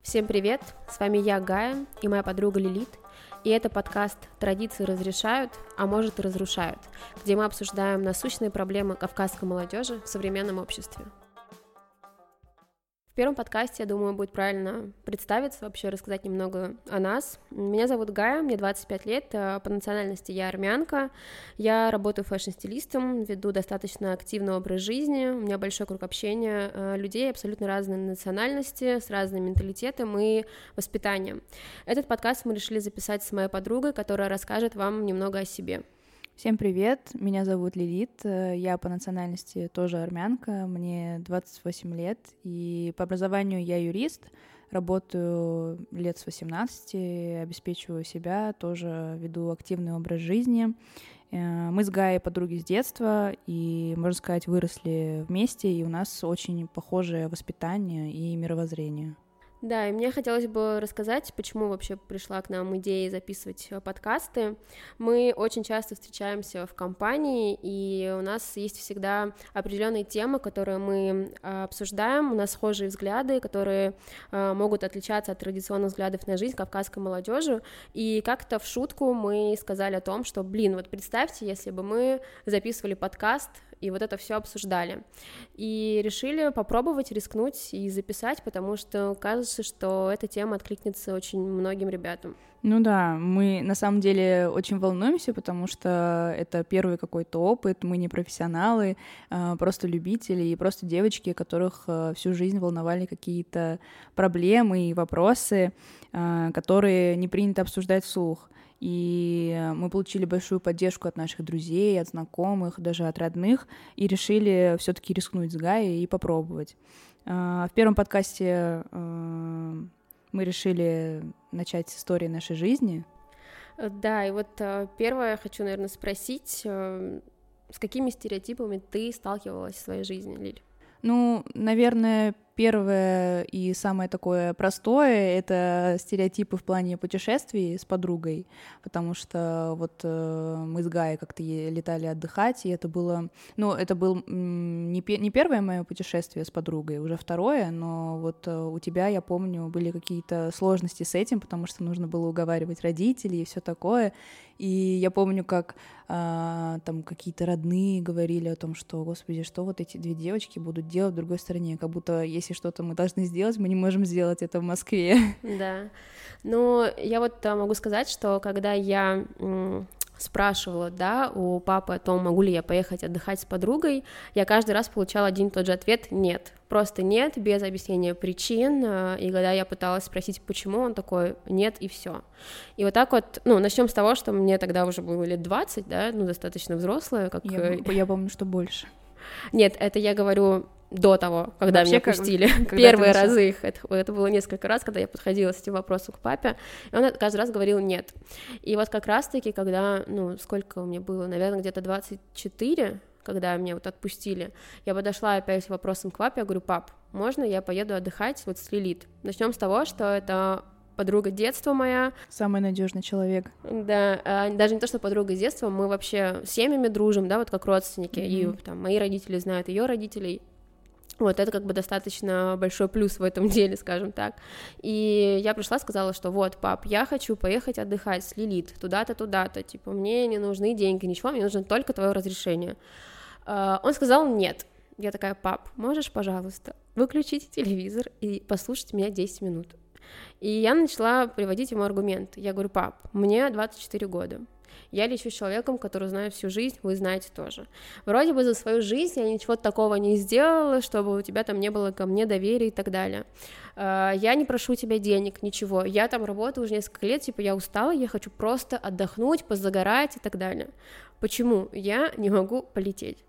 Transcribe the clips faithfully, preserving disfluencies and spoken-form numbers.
Всем привет, с вами я, Гая, и моя подруга Лилит, и это подкаст «Традиции разрешают, а может и разрушают», где мы обсуждаем насущные проблемы кавказской молодежи в современном обществе. В первом подкасте, я думаю, будет правильно представиться, вообще рассказать немного о нас. Меня зовут Гая, мне двадцать пять лет, по национальности я армянка, я работаю фэшн-стилистом, веду достаточно активный образ жизни, у меня большой круг общения людей абсолютно разной национальности, с разным менталитетом и воспитанием. Этот подкаст мы решили записать с моей подругой, которая расскажет вам немного о себе. Всем привет, меня зовут Лилит, я по национальности тоже армянка, мне двадцать восемь лет, и по образованию я юрист, работаю лет с восемнадцати, обеспечиваю себя, тоже веду активный образ жизни. Мы с Гаей подруги с детства, и, можно сказать, выросли вместе, и у нас очень похожее воспитание и мировоззрение. Да, и мне хотелось бы рассказать, почему вообще пришла к нам идея записывать подкасты. Мы очень часто встречаемся в компании, и у нас есть всегда определенные темы, которые мы обсуждаем, у нас схожие взгляды, которые могут отличаться от традиционных взглядов на жизнь кавказской молодежи, и как-то в шутку мы сказали о том, что, блин, вот представьте, если бы мы записывали подкаст, и вот это все обсуждали. И решили попробовать, рискнуть и записать, потому что кажется, что эта тема откликнется очень многим ребятам. Ну да, мы на самом деле очень волнуемся, потому что это первый какой-то опыт, мы не профессионалы, просто любители и просто девочки, которых всю жизнь волновали какие-то проблемы и вопросы, которые не принято обсуждать вслух. И мы получили большую поддержку от наших друзей, от знакомых, даже от родных, и решили все-таки рискнуть с Гаей и попробовать. В первом подкасте мы решили начать с истории нашей жизни. Да, и вот первое хочу, наверное, спросить, с какими стереотипами ты сталкивалась в своей жизни, Лиль? Ну, наверное, первое и самое такое простое — это стереотипы в плане путешествий с подругой, потому что вот э, мы с Гаей как-то летали отдыхать, и это было, ну, это было не, пе- не первое мое путешествие с подругой, уже второе, но вот э, у тебя, я помню, были какие-то сложности с этим, потому что нужно было уговаривать родителей и все такое, и я помню, как э, там какие-то родные говорили о том, что, господи, что вот эти две девочки будут делать в другой стране, как будто если что-то мы должны сделать, мы не можем сделать это в Москве. Да, но я вот могу сказать, что когда я м, спрашивала, да, у папы о том, могу ли я поехать отдыхать с подругой, я каждый раз получала один и тот же ответ — нет, просто нет, без объяснения причин, и когда я пыталась спросить, почему, он такой: нет, и все. И вот так вот, ну, начнем с того, что мне тогда уже было лет двадцать, да, ну, достаточно взрослая, как... Я, я помню, что больше. Нет, это я говорю до того, когда Вообще, меня пустили. Как, Первые разы их, это, это было несколько раз, когда я подходила с этим вопросом к папе, и он каждый раз говорил нет. И вот как раз-таки, когда, ну, сколько у меня было, наверное, где-то двадцать четыре, когда меня вот отпустили, я подошла опять с вопросом к папе, я говорю: пап, можно я поеду отдыхать вот с Лилит? Начнем с того, что это подруга детства моя. Самый надежный человек. Да, даже не то, что подруга с детства, мы вообще с семьями дружим, да, вот как родственники, mm-hmm. и там мои родители знают ее родителей. Вот, это как бы достаточно большой плюс в этом деле, скажем так. И я пришла, сказала, что вот, пап, я хочу поехать отдыхать с Лилит, туда-то, туда-то, типа, мне не нужны деньги, ничего, мне нужно только твое разрешение. Он сказал нет. Я такая: пап, можешь, пожалуйста, выключить телевизор и послушать меня десять минут? И я начала приводить ему аргумент. Я говорю: пап, мне двадцать четыре года. Я лечусь человеком, который знает всю жизнь, вы знаете тоже. Вроде бы за свою жизнь я ничего такого не сделала, чтобы у тебя там не было ко мне доверия и так далее. Я не прошу тебя денег, ничего. Я там работаю уже несколько лет, типа, я устала, я хочу просто отдохнуть, позагорать и так далее. Почему я не могу полететь?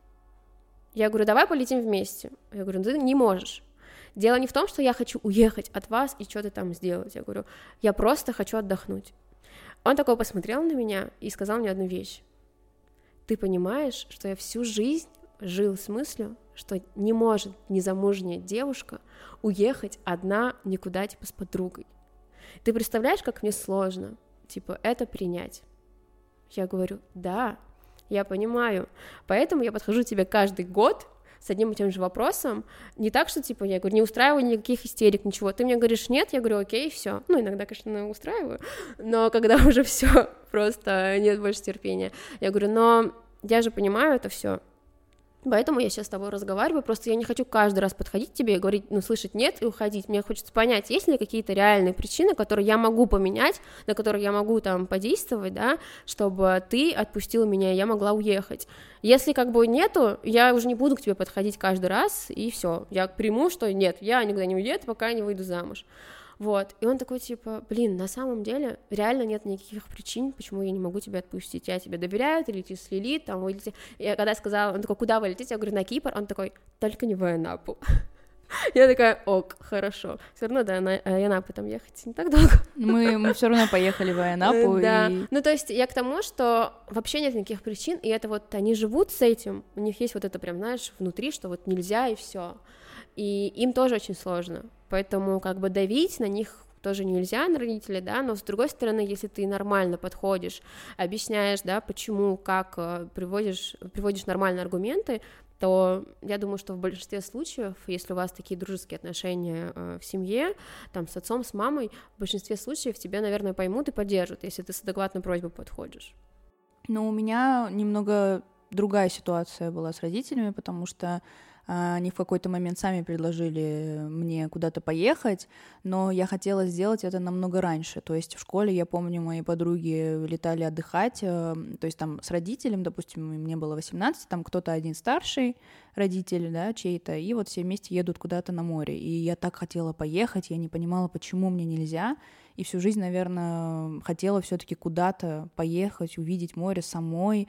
Я говорю: давай полетим вместе. Я говорю: ты не можешь. Дело не в том, что я хочу уехать от вас и что-то там сделать. Я говорю: я просто хочу отдохнуть. Он такой посмотрел на меня и сказал мне одну вещь: ты понимаешь, что я всю жизнь жил с мыслью, что не может незамужняя девушка уехать одна никуда, типа, с подругой. Ты представляешь, как мне сложно, типа, это принять? Я говорю: да, я понимаю, поэтому я подхожу к тебе каждый год с одним и тем же вопросом, не так, что, типа, я говорю, не устраиваю никаких истерик, ничего, ты мне говоришь нет, я говорю, окей, все, ну, иногда, конечно, устраиваю, но когда уже все просто нет больше терпения, я говорю, но я же понимаю это все. Поэтому я сейчас с тобой разговариваю, просто я не хочу каждый раз подходить к тебе и говорить, ну, слышать нет и уходить, мне хочется понять, есть ли какие-то реальные причины, которые я могу поменять, на которые я могу там подействовать, да, чтобы ты отпустила меня, и я могла уехать. Если как бы нету, я уже не буду к тебе подходить каждый раз, и все, я приму, что нет, я никуда не уеду, пока я не выйду замуж. Вот, и он такой, типа, блин, на самом деле реально нет никаких причин, почему я не могу тебя отпустить, я тебе доверяю, ты летишь с Лили, там, вы летите, я когда сказала, он такой, куда вы летите, я говорю, на Кипр, он такой, только не в Айанапу. Я такая, ок, хорошо, все равно до Айанапы там ехать не так долго. Мы, мы все равно поехали в Айанапу. Да, и... ну то есть я к тому, что вообще нет никаких причин, и это вот они живут с этим, у них есть вот это прям, знаешь, внутри, что вот нельзя и все. И им тоже очень сложно, поэтому как бы давить на них тоже нельзя, на родителей, да, но с другой стороны, если ты нормально подходишь, объясняешь, да, почему, как, приводишь, приводишь нормальные аргументы, то я думаю, что в большинстве случаев, если у вас такие дружеские отношения э, в семье, там, с отцом, с мамой, в большинстве случаев тебя, наверное, поймут и поддержат, если ты с адекватной просьбой подходишь. Ну, у меня немного другая ситуация была с родителями, потому что они в какой-то момент сами предложили мне куда-то поехать, но я хотела сделать это намного раньше. То есть в школе, я помню, мои подруги летали отдыхать, то есть там с родителем, допустим, мне было восемнадцать, там кто-то один старший родитель, да, чей-то, и вот все вместе едут куда-то на море. И я так хотела поехать, я не понимала, почему мне нельзя, и всю жизнь, наверное, хотела все-таки куда-то поехать, увидеть море самой.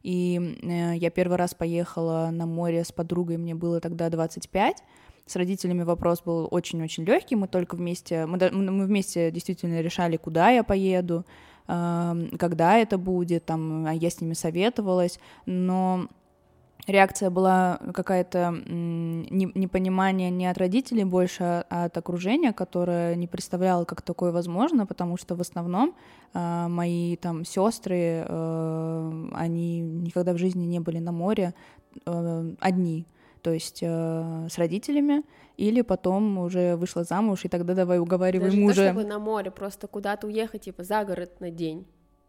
И э, я первый раз поехала на море с подругой, мне было тогда двадцать пять. С родителями вопрос был очень-очень легкий, мы только вместе, мы, мы вместе действительно решали, куда я поеду, э, когда это будет, там, а я с ними советовалась, но реакция была какая-то непонимание не от родителей больше, а от окружения, которое не представляло, как такое возможно, потому что в основном э, мои там сестры, э, они никогда в жизни не были на море э, одни, то есть э, с родителями, или потом уже вышла замуж, и тогда давай уговаривай Даже мужа. Даже не то, чтобы на море, просто куда-то уехать, типа за город на день.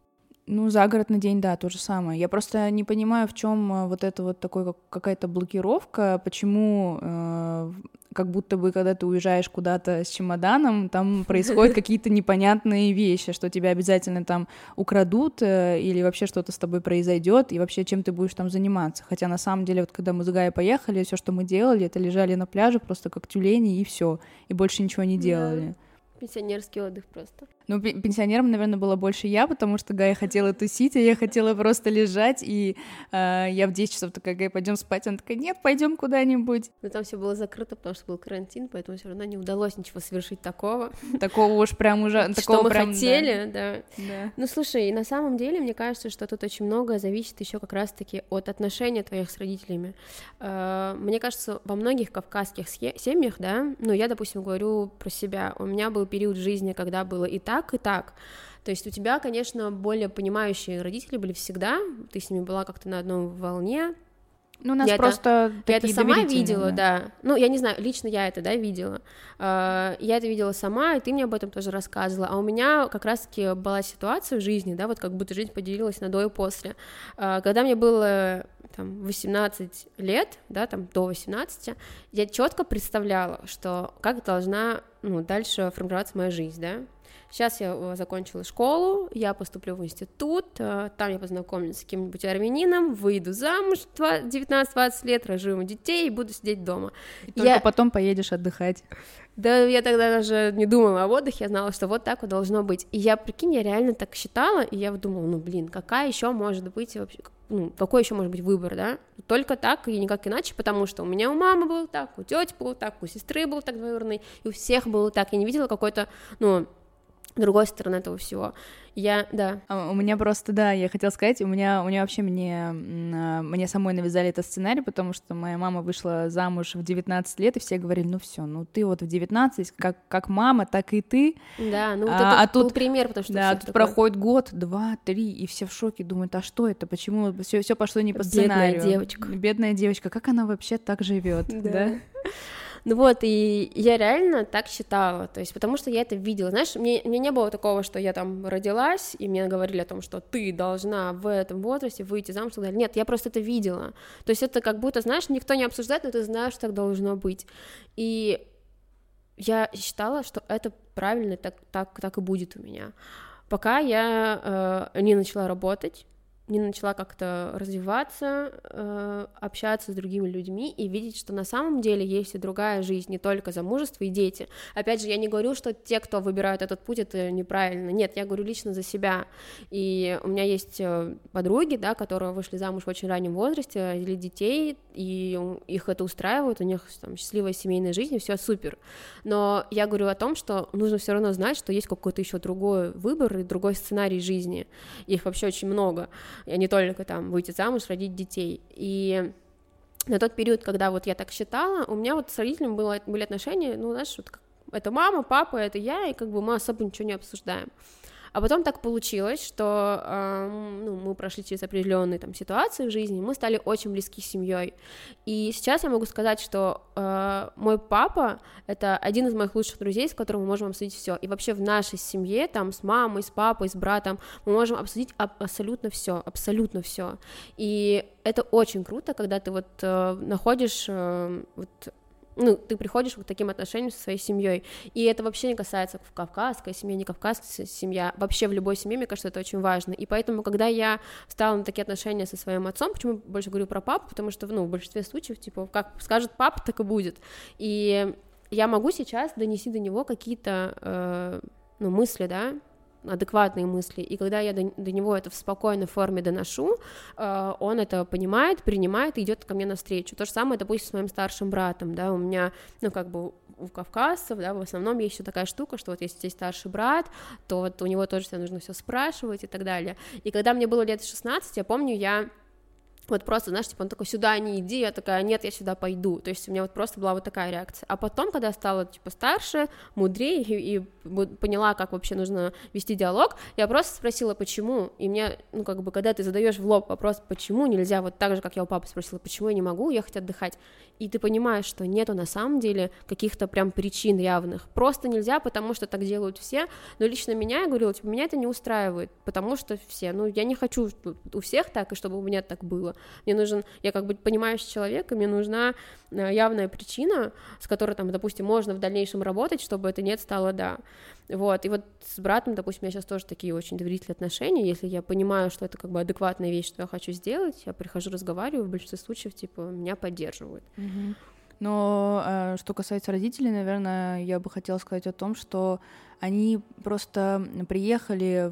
Ну, загородный день, да, то же самое. Я просто не понимаю, в чем вот эта вот такой какая-то блокировка, почему э, как будто бы, когда ты уезжаешь куда-то с чемоданом, там происходят какие-то непонятные вещи, что тебя обязательно там украдут э, или вообще что-то с тобой произойдет, и вообще чем ты будешь там заниматься. Хотя на самом деле, вот когда мы с Гаей поехали, все, что мы делали, это лежали на пляже просто как тюлени, и все, и больше ничего не делали. Да. Пенсионерский отдых просто. Ну, пенсионером, наверное, была больше я, потому что Гая хотела тусить, а я хотела просто лежать, и э, я в десять часов такая, Гая, пойдем спать, она такая, нет, пойдем куда-нибудь. Но там все было закрыто, потому что был карантин, поэтому все равно не удалось ничего совершить такого. Такого уж прям уже... Что мы прям, хотели, да. да. Ну, слушай, на самом деле, мне кажется, что тут очень многое зависит еще как раз-таки от отношения твоих с родителями. Мне кажется, во многих кавказских семьях, да, ну, я, допустим, говорю про себя, у меня был период жизни, когда было и так, и так. То есть у тебя, конечно, более понимающие родители были всегда, ты с ними была как-то на одной волне. Ну, у нас я просто это, я это сама видела, да. да. Ну, я не знаю, лично я это, да, видела. Я это видела сама, и ты мне об этом тоже рассказывала. А у меня как раз-таки была ситуация в жизни, да, вот как будто жизнь поделилась на до и после. Когда мне было там восемнадцать лет, да, там до восемнадцати, я четко представляла, что как должна, ну, дальше формироваться моя жизнь, да. Сейчас я закончила школу, я поступлю в институт, там я познакомлюсь с каким-нибудь армянином, выйду замуж в девятнадцать-двадцать лет, рожу ему детей и буду сидеть дома. И только я... потом поедешь отдыхать. Да, я тогда даже не думала о отдыхе, я знала, что вот так вот должно быть. И я, прикинь, я реально так считала, и я думала, ну, блин, какая еще может быть вообще, ну, какой еще может быть выбор, да? Только так и никак иначе, потому что у меня у мамы было так, у тети было так, у сестры было так двоюродной, и у всех было так. Я не видела какой-то, ну, другой стороны этого всего. Я, да. У меня просто, да, я хотела сказать, у меня, у меня вообще мне, мне самой навязали этот сценарий, потому что моя мама вышла замуж в девятнадцать лет, и все говорили, ну все, ну ты вот в девятнадцать, как, как мама, так и ты. Да, ну вот а, это а был тут, пример, потому что... Да, тут такое... проходит год, два, три, и все в шоке, думают, а что это, почему все, все пошло не по Бедная сценарию. Бедная девочка. Бедная девочка, как она вообще так живет, да? да? Ну вот, и я реально так считала, то есть потому что я это видела, знаешь, мне, мне не было такого, что я там родилась, и мне говорили о том, что ты должна в этом возрасте выйти замуж, и так далее. Нет, я просто это видела, то есть это как будто, знаешь, никто не обсуждает, но ты знаешь, что так должно быть, и я считала, что это правильно, так, так, так и будет у меня, пока я э, не начала работать, не начала как-то развиваться, э, общаться с другими людьми и видеть, что на самом деле есть и другая жизнь, не только замужество и дети. Опять же, я не говорю, что те, кто выбирают этот путь, это неправильно. Нет, я говорю лично за себя. И у меня есть подруги, да, которые вышли замуж в очень раннем возрасте, родили детей, и их это устраивает, у них там счастливая семейная жизнь, и все супер. Но я говорю о том, что нужно все равно знать, что есть какой-то еще другой выбор и другой сценарий жизни. Их вообще очень много. А не только там выйти замуж, родить детей. И на тот период, когда вот я так считала, у меня вот с родителями было, были отношения, ну, знаешь, вот как, это мама, папа, это я, и как бы мы особо ничего не обсуждаем. А потом так получилось, что э, ну, мы прошли через определенные там ситуации в жизни, мы стали очень близки с семьей. И сейчас я могу сказать, что э, мой папа — это один из моих лучших друзей, с которым мы можем обсудить все. И вообще в нашей семье, там, с мамой, с папой, с братом, мы можем обсудить аб- абсолютно все, абсолютно все. И это очень круто, когда ты вот э, находишь э, вот, ну, ты приходишь вот к таким отношениям со своей семьей, и это вообще не касается кавказской семьи, не кавказская семья, вообще в любой семье, мне кажется, это очень важно, и поэтому, когда я стала на такие отношения со своим отцом, почему я больше говорю про папу, потому что, ну, в большинстве случаев, типа, как скажет папа, так и будет, и я могу сейчас донести до него какие-то, э, ну, мысли, да, адекватные мысли, и когда я до, до него это в спокойной форме доношу, э, он это понимает, принимает и идет ко мне навстречу. То же самое, допустим, с моим старшим братом, да, у меня, ну, как бы у кавказцев, да, в основном есть еще такая штука, что вот если есть старший брат, то вот у него тоже всегда нужно все спрашивать и так далее. И когда мне было лет шестнадцать, я помню, я вот просто, знаешь, типа, он такой, сюда не иди, я такая, нет, я сюда пойду, то есть у меня вот просто была вот такая реакция, а потом, когда я стала, типа, старше, мудрее и, и поняла, как вообще нужно вести диалог, я просто спросила, почему, и мне, ну, как бы, когда ты задаешь в лоб вопрос, почему нельзя, вот так же, как я у папы спросила, почему я не могу уехать отдыхать, и ты понимаешь, что нету на самом деле каких-то прям причин явных, просто нельзя, потому что так делают все, но лично меня, я говорила, типа, меня это не устраивает, потому что все, ну, я не хочу у всех так, и чтобы у меня так было. Мне нужен, я как бы понимающий человек, и мне нужна явная причина, с которой, там, допустим, можно в дальнейшем работать, чтобы это нет стало да. Вот, и вот с братом, допустим, у меня сейчас тоже такие очень доверительные отношения, если я понимаю, что это как бы адекватная вещь, что я хочу сделать, я прихожу, разговариваю, в большинстве случаев, типа, меня поддерживают. Mm-hmm. Но э, что касается родителей, наверное, я бы хотела сказать о том, что они просто приехали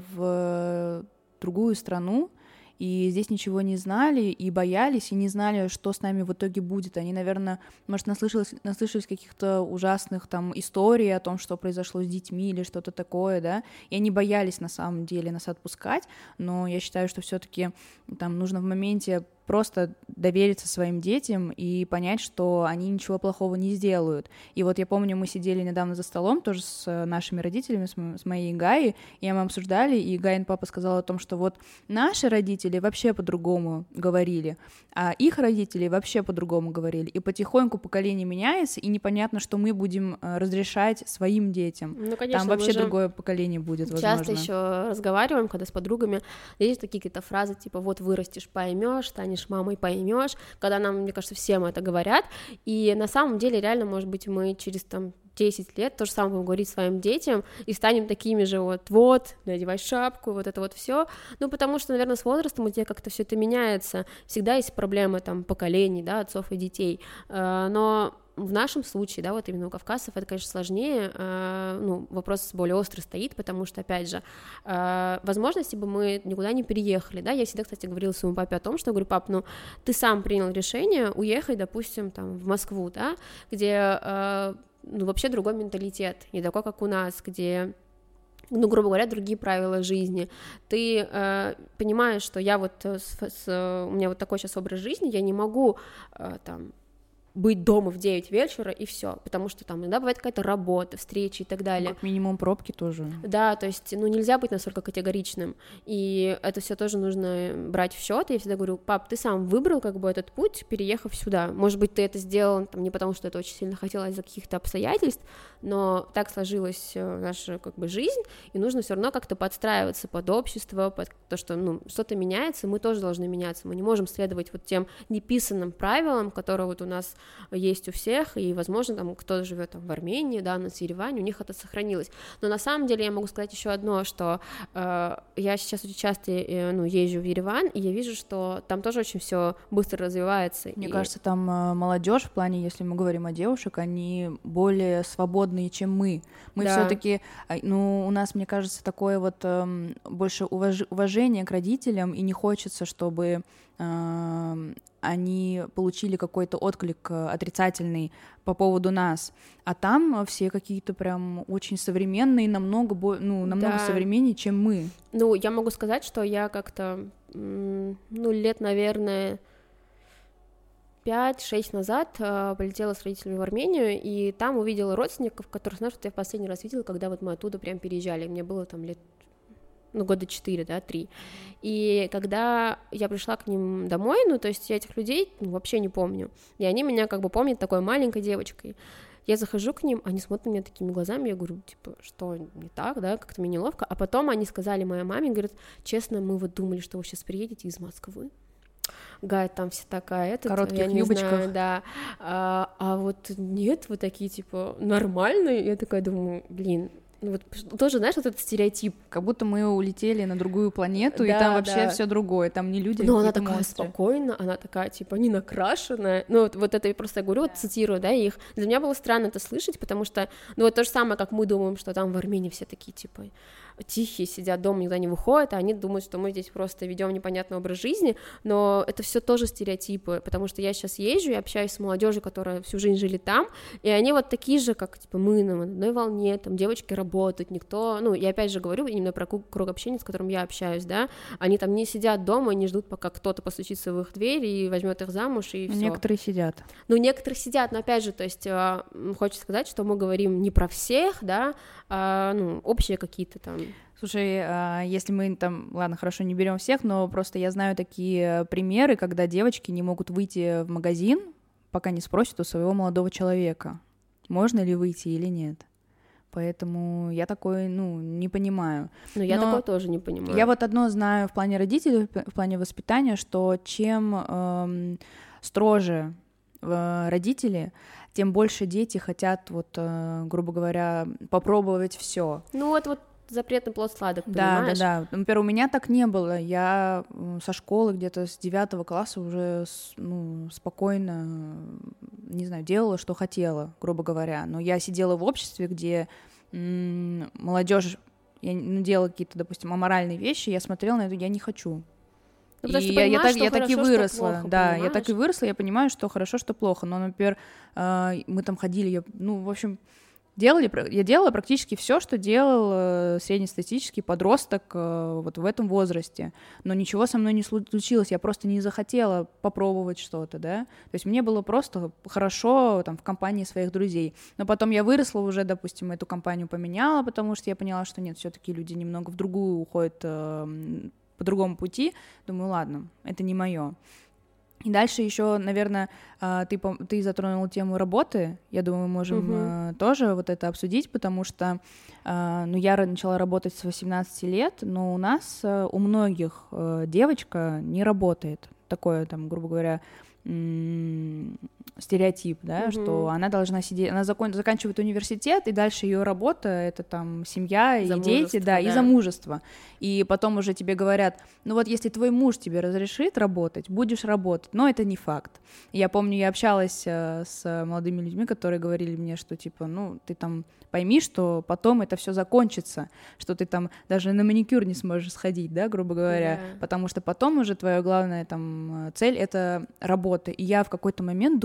в другую страну, и здесь ничего не знали, и боялись, и не знали, что с нами в итоге будет. Они, наверное, может, наслышались, наслышались каких-то ужасных там историй о том, что произошло с детьми или что-то такое, да, и они боялись на самом деле нас отпускать, но я считаю, что все-таки там нужно в моменте просто довериться своим детям и понять, что они ничего плохого не сделают. И вот я помню, мы сидели недавно за столом тоже с нашими родителями, с, мо- с моей Гаей, и мы обсуждали, и Гаин папа сказал о том, что вот наши родители вообще по-другому говорили, а их родители вообще по-другому говорили, и потихоньку поколение меняется, и непонятно, что мы будем разрешать своим детям. Ну, конечно, там вообще другое поколение будет, часто возможно. Еще разговариваем, когда с подругами, есть такие какие-то фразы, типа, вот вырастешь, поймешь, станешь мамой, поймешь, когда нам, мне кажется, всем это говорят, и на самом деле реально, может быть, мы через там десять лет то же самое будем говорить своим детям и станем такими же вот, вот, надевай шапку, вот это вот все, ну, потому что, наверное, с возрастом у тебя как-то все это меняется, всегда есть проблемы там поколений, да, отцов и детей, но в нашем случае, да, вот именно у кавказцев это, конечно, сложнее, э, ну, вопрос более острый стоит, потому что, опять же, э, возможно, если бы мы никуда не переехали, да, я всегда, кстати, говорила своему папе о том, что, я говорю, пап, ну, ты сам принял решение уехать, допустим, там, в Москву, да, где, э, ну, вообще другой менталитет, не такой, как у нас, где ну, грубо говоря, другие правила жизни. Ты э, понимаешь, что я вот, с, с, у меня вот такой сейчас образ жизни, я не могу э, там быть дома в девять вечера и все, потому что там иногда бывает какая-то работа, встречи и так далее. Как минимум пробки тоже. Да, то есть, ну, нельзя быть настолько категоричным, и это все тоже нужно брать в счет. Я всегда говорю: пап, ты сам выбрал как бы этот путь, переехав сюда. Может быть, ты это сделал там не потому, что это очень сильно хотелось, из-за каких-то обстоятельств, но так сложилась наша как бы жизнь, и нужно все равно как-то подстраиваться под общество, под то, что, ну, что-то меняется, мы тоже должны меняться, мы не можем следовать вот тем неписанным правилам, которые вот у нас есть у всех, и, возможно, там кто-то живет там в Армении, да, на Ереване, у них это сохранилось. Но на самом деле я могу сказать еще одно, что э, я сейчас очень часто э, ну, езжу в Ереван, и я вижу, что там тоже очень все быстро развивается. Мне и... кажется, там э, молодежь в плане, если мы говорим о девушек, они более свободные, чем мы. Мы Да. все-таки, ну, у нас, мне кажется, такое вот э, больше уваж... уважение к родителям, и не хочется, чтобы э, они получили какой-то отклик отрицательный по поводу нас, а там все какие-то прям очень современные, намного, бо... ну, намного Да. современнее, чем мы. Ну, я могу сказать, что я как-то, ну, лет, наверное, пять-шесть назад э, полетела с родителями в Армению, и там увидела родственников, которых, знаешь, вот я в последний раз видела, когда вот мы оттуда прям переезжали, мне было там лет, ну, года четыре, да, три, и когда я пришла к ним домой, ну, то есть я этих людей, ну, вообще не помню, и они меня как бы помнят такой маленькой девочкой. Я захожу к ним, они смотрят на меня такими глазами, я говорю, типа, что не так, да, как-то мне неловко, а потом они сказали моей маме, говорят: честно, мы вот думали, что вы сейчас приедете из Москвы, Гай, там вся такая, этот, коротких я не юбочках. знаю, да, а, а вот нет, вы такие, типа, нормальные, я такая думаю, блин, ну вот тоже, знаешь, вот этот стереотип. Как будто мы улетели на другую планету, Да, и там вообще да. все другое, там не люди, Но а она какие-то такая монстры. спокойная, она такая, типа, не накрашенная. Ну, вот, вот это я просто говорю, вот цитирую, да, их. Для меня было странно это слышать, потому что, ну, вот то же самое, как мы думаем, что там в Армении все такие, типа, тихие, сидят дома, никуда не выходят, а они думают, что мы здесь просто ведем непонятный образ жизни, но это все тоже стереотипы, потому что я сейчас езжу и общаюсь с молодежью, которая всю жизнь жили там, и они вот такие же, как, типа, мы на одной волне, там девочки работают, никто, ну, я опять же говорю именно про круг общения, с которым я общаюсь, да, они там не сидят дома и не ждут, пока кто-то постучится в их дверь и возьмет их замуж, и все. Некоторые сидят. Ну, некоторые сидят, но опять же, то есть хочется сказать, что мы говорим не про всех, да, а, ну, общие какие-то там. Слушай, если мы там, ладно, хорошо, не берем всех, но просто я знаю такие примеры, когда девочки не могут выйти в магазин, пока не спросят у своего молодого человека, можно ли выйти или нет. Поэтому я такое, ну, не понимаю. Ну, я но такое тоже не понимаю. Я вот одно знаю в плане родителей, в плане воспитания, что чем эм, строже э, родители, тем больше дети хотят, вот, э, грубо говоря, попробовать все. Ну, вот, вот запретный плод сладок, да, понимаешь? Да, да, например, у меня так не было. Я со школы где-то с девятого класса уже, ну, спокойно, не знаю, делала, что хотела, грубо говоря. Но я сидела в обществе, где м- молодежь, я ну, делала какие-то, допустим, аморальные вещи, я смотрела на это, я не хочу. Ну, и я, я, так, я так и выросла, плохо, да, понимаешь? я так и выросла, я понимаю, что хорошо, что плохо. Но, например, мы там ходили, я, ну, в общем. Делали, я делала практически все, что делал среднестатистический подросток вот в этом возрасте, но ничего со мной не случилось, я просто не захотела попробовать что-то, да, то есть мне было просто хорошо там в компании своих друзей, но потом я выросла уже, допустим, эту компанию поменяла, потому что я поняла, что нет, все-таки люди немного в другую уходят по другому пути, думаю, ладно, это не мое. И дальше еще, наверное, ты, ты затронула тему работы. Я думаю, мы можем uh-huh. тоже вот это обсудить, потому что ну, я начала работать с восемнадцати лет, но у нас, у многих девочка не работает. Такое, там, грубо говоря, стереотип, да, mm-hmm. что она должна сидеть, она закон, заканчивает университет, и дальше ее работа — это там семья и дети, да, да, и замужество. И потом уже тебе говорят, ну вот если твой муж тебе разрешит работать, будешь работать, но это не факт. И я помню, я общалась с молодыми людьми, которые говорили мне, что типа, ну ты там пойми, что потом это все закончится, что ты там даже на маникюр не сможешь сходить, да, грубо говоря, yeah. потому что потом уже твоя главная там цель — это работа. И я в какой-то момент думаю,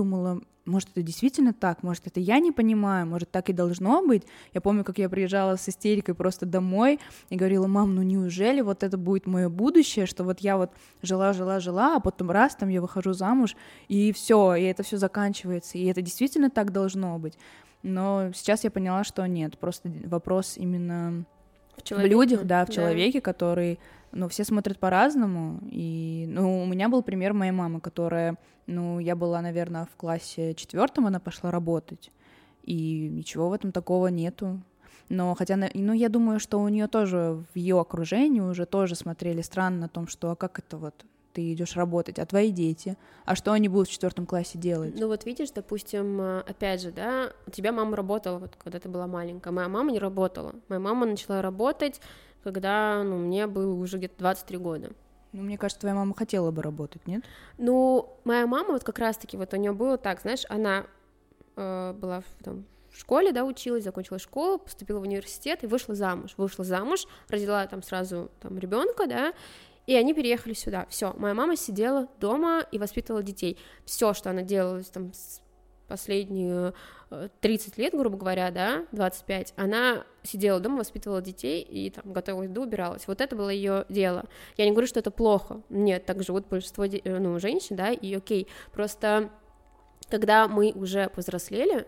думала, может, это действительно так, может, это я не понимаю, может, так и должно быть. Я помню, как я приезжала с истерикой просто домой и говорила: мам, ну неужели вот это будет мое будущее, что вот я вот жила, жила, жила, а потом раз, там я выхожу замуж, и все, и это все заканчивается, и это действительно так должно быть. Но сейчас я поняла, что нет, просто вопрос именно в, в людях, да, в да. человеке, который, ну, все смотрят по-разному, и, ну, у меня был пример моей мамы, которая, ну, я была, наверное, в классе четвертом, она пошла работать, и ничего в этом такого нету. Но хотя, ну, я думаю, что у нее тоже в ее окружении уже тоже смотрели странно на том, что, а как это вот ты идешь работать, а твои дети, а что они будут в четвертом классе делать? Ну вот видишь, допустим, опять же, да, у тебя мама работала, вот когда ты была маленькая, моя мама не работала, моя мама начала работать, когда, ну, мне было уже где-то двадцать три года. Ну, мне кажется, твоя мама хотела бы работать, нет? Ну, моя мама вот как раз-таки, вот у нее было так, знаешь, она э, была там в школе, да, училась, закончила школу, поступила в университет и вышла замуж, вышла замуж, родила там сразу там ребенка, да, и они переехали сюда. Все, моя мама сидела дома и воспитывала детей. Все, что она делала там последние тридцать лет, грубо говоря, да, двадцать пять, она сидела дома, воспитывала детей и там готовила еду, убиралась. Вот это было ее дело. Я не говорю, что это плохо. Нет, так живут большинство, ну, женщин, да, и окей. Просто когда мы уже повзрослели,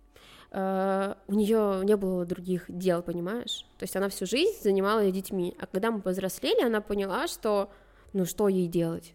Uh, у нее не было других дел, понимаешь? То есть она всю жизнь занималась детьми, а когда мы повзрослели, она поняла, что, ну, что ей делать?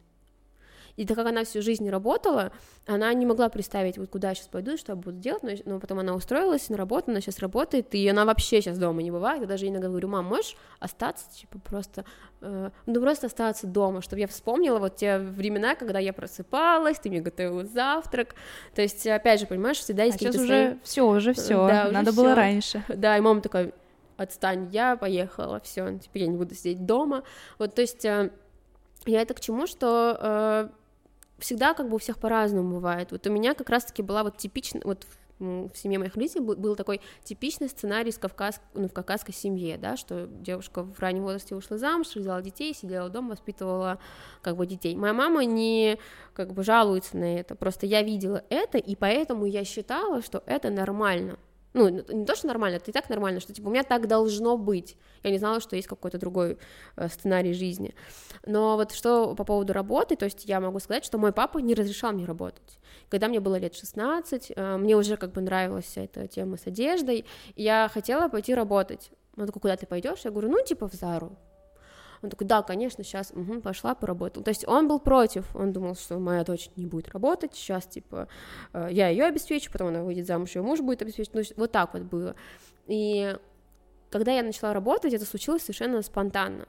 И так как она всю жизнь работала, она не могла представить, вот куда я сейчас пойду, что я буду делать, но, но потом она устроилась на работу, она сейчас работает, и она вообще сейчас дома не бывает. Я даже иногда говорю: мам, можешь остаться, типа, просто, э, ну, просто остаться дома, чтобы я вспомнила вот те времена, когда я просыпалась, ты мне готовила завтрак, то есть, опять же, понимаешь, всегда есть а сейчас свои... уже все, уже все, да, надо уже было всё. раньше. Да, и мама такая: отстань, я поехала, все, теперь я не буду сидеть дома, вот, то есть, э, я это к чему, что... Э, всегда как бы у всех по-разному бывает. Вот у меня как раз-таки была вот типичная, вот в, в семье моих родителей был, был такой типичный сценарий с кавказ, ну, в кавказской семье, да, что девушка в раннем возрасте вышла замуж, родила детей, сидела дома, воспитывала как бы детей. Моя мама не как бы жалуется на это, просто я видела это, и поэтому я считала, что это нормально. Ну, не то, что нормально, это и так нормально, что, типа, у меня так должно быть. Я не знала, что есть какой-то другой э, сценарий жизни. Но вот что по поводу работы, то есть я могу сказать, что мой папа не разрешал мне работать. Когда мне было лет шестнадцать, э, мне уже как бы нравилась вся эта тема с одеждой, и я хотела пойти работать. Он такой: куда ты пойдешь? Я говорю: ну, типа, в Зару. Он такой: да, конечно, сейчас, угу, пошла, поработала. То есть он был против, он думал, что моя дочь не будет работать, сейчас, типа, я ее обеспечу, потом она выйдет замуж, ее муж будет обеспечить, ну, вот так вот было. И когда я начала работать, это случилось совершенно спонтанно.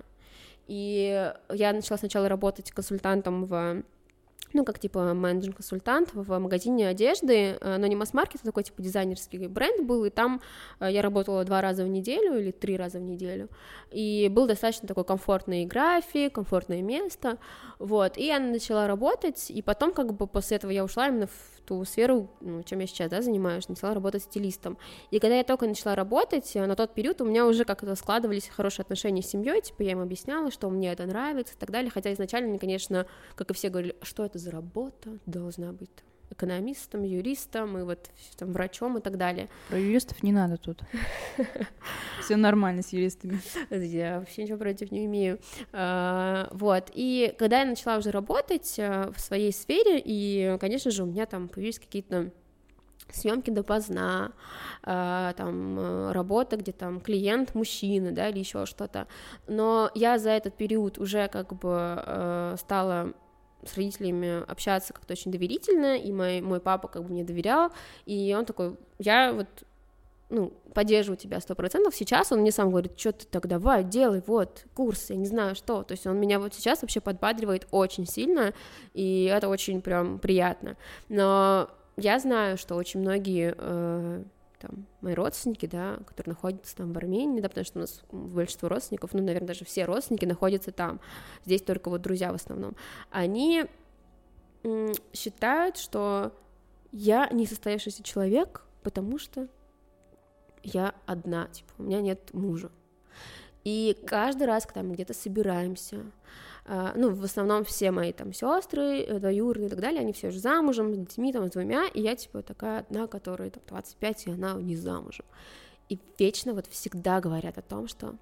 И я начала сначала работать консультантом в... ну, как, типа, менеджер-консультант в магазине одежды, но не масс-маркет, а такой, типа, дизайнерский бренд был, и там я работала два раза в неделю или три раза в неделю, и был достаточно такой комфортный график, комфортное место, вот, и я начала работать, и потом, как бы, после этого я ушла именно в ту сферу, ну, чем я сейчас, да, занимаюсь, начала работать стилистом, и когда я только начала работать, на тот период у меня уже как-то складывались хорошие отношения с семьей, типа, я им объясняла, что мне это нравится и так далее, хотя изначально мне, конечно, как и все говорили: что это за работа, должна быть экономистом, юристом и вот там врачом и так далее. Про юристов не надо тут. Все нормально с юристами. Я вообще ничего против не имею. Вот, и когда я начала уже работать в своей сфере, и, конечно же, у меня там появились какие-то съемки допоздна, там работа, где там клиент мужчина, да, или еще что-то, но я за этот период уже как бы стала с родителями общаться как-то очень доверительно, и мой, мой папа как бы мне доверял, и он такой: я вот, ну, поддерживаю тебя сто процентов. Сейчас он мне сам говорит: что ты так, давай, делай, вот, курс, я не знаю что, то есть он меня вот сейчас вообще подбадривает очень сильно, и это очень прям приятно, но я знаю, что очень многие... Э, там, мои родственники, да, которые находятся там в Армении, да, потому что у нас большинство родственников, ну, наверное, даже все родственники находятся там, здесь только вот друзья в основном, они м- считают, что я несостоявшийся человек, потому что я одна, типа, у меня нет мужа. И каждый раз, когда мы где-то собираемся, ну, в основном все мои там сестры, двоюродные и так далее, они все же замужем, с детьми, там, с двумя, и я, типа, такая одна, которая там двадцать пять, и она не замужем. И вечно вот всегда говорят о том, что,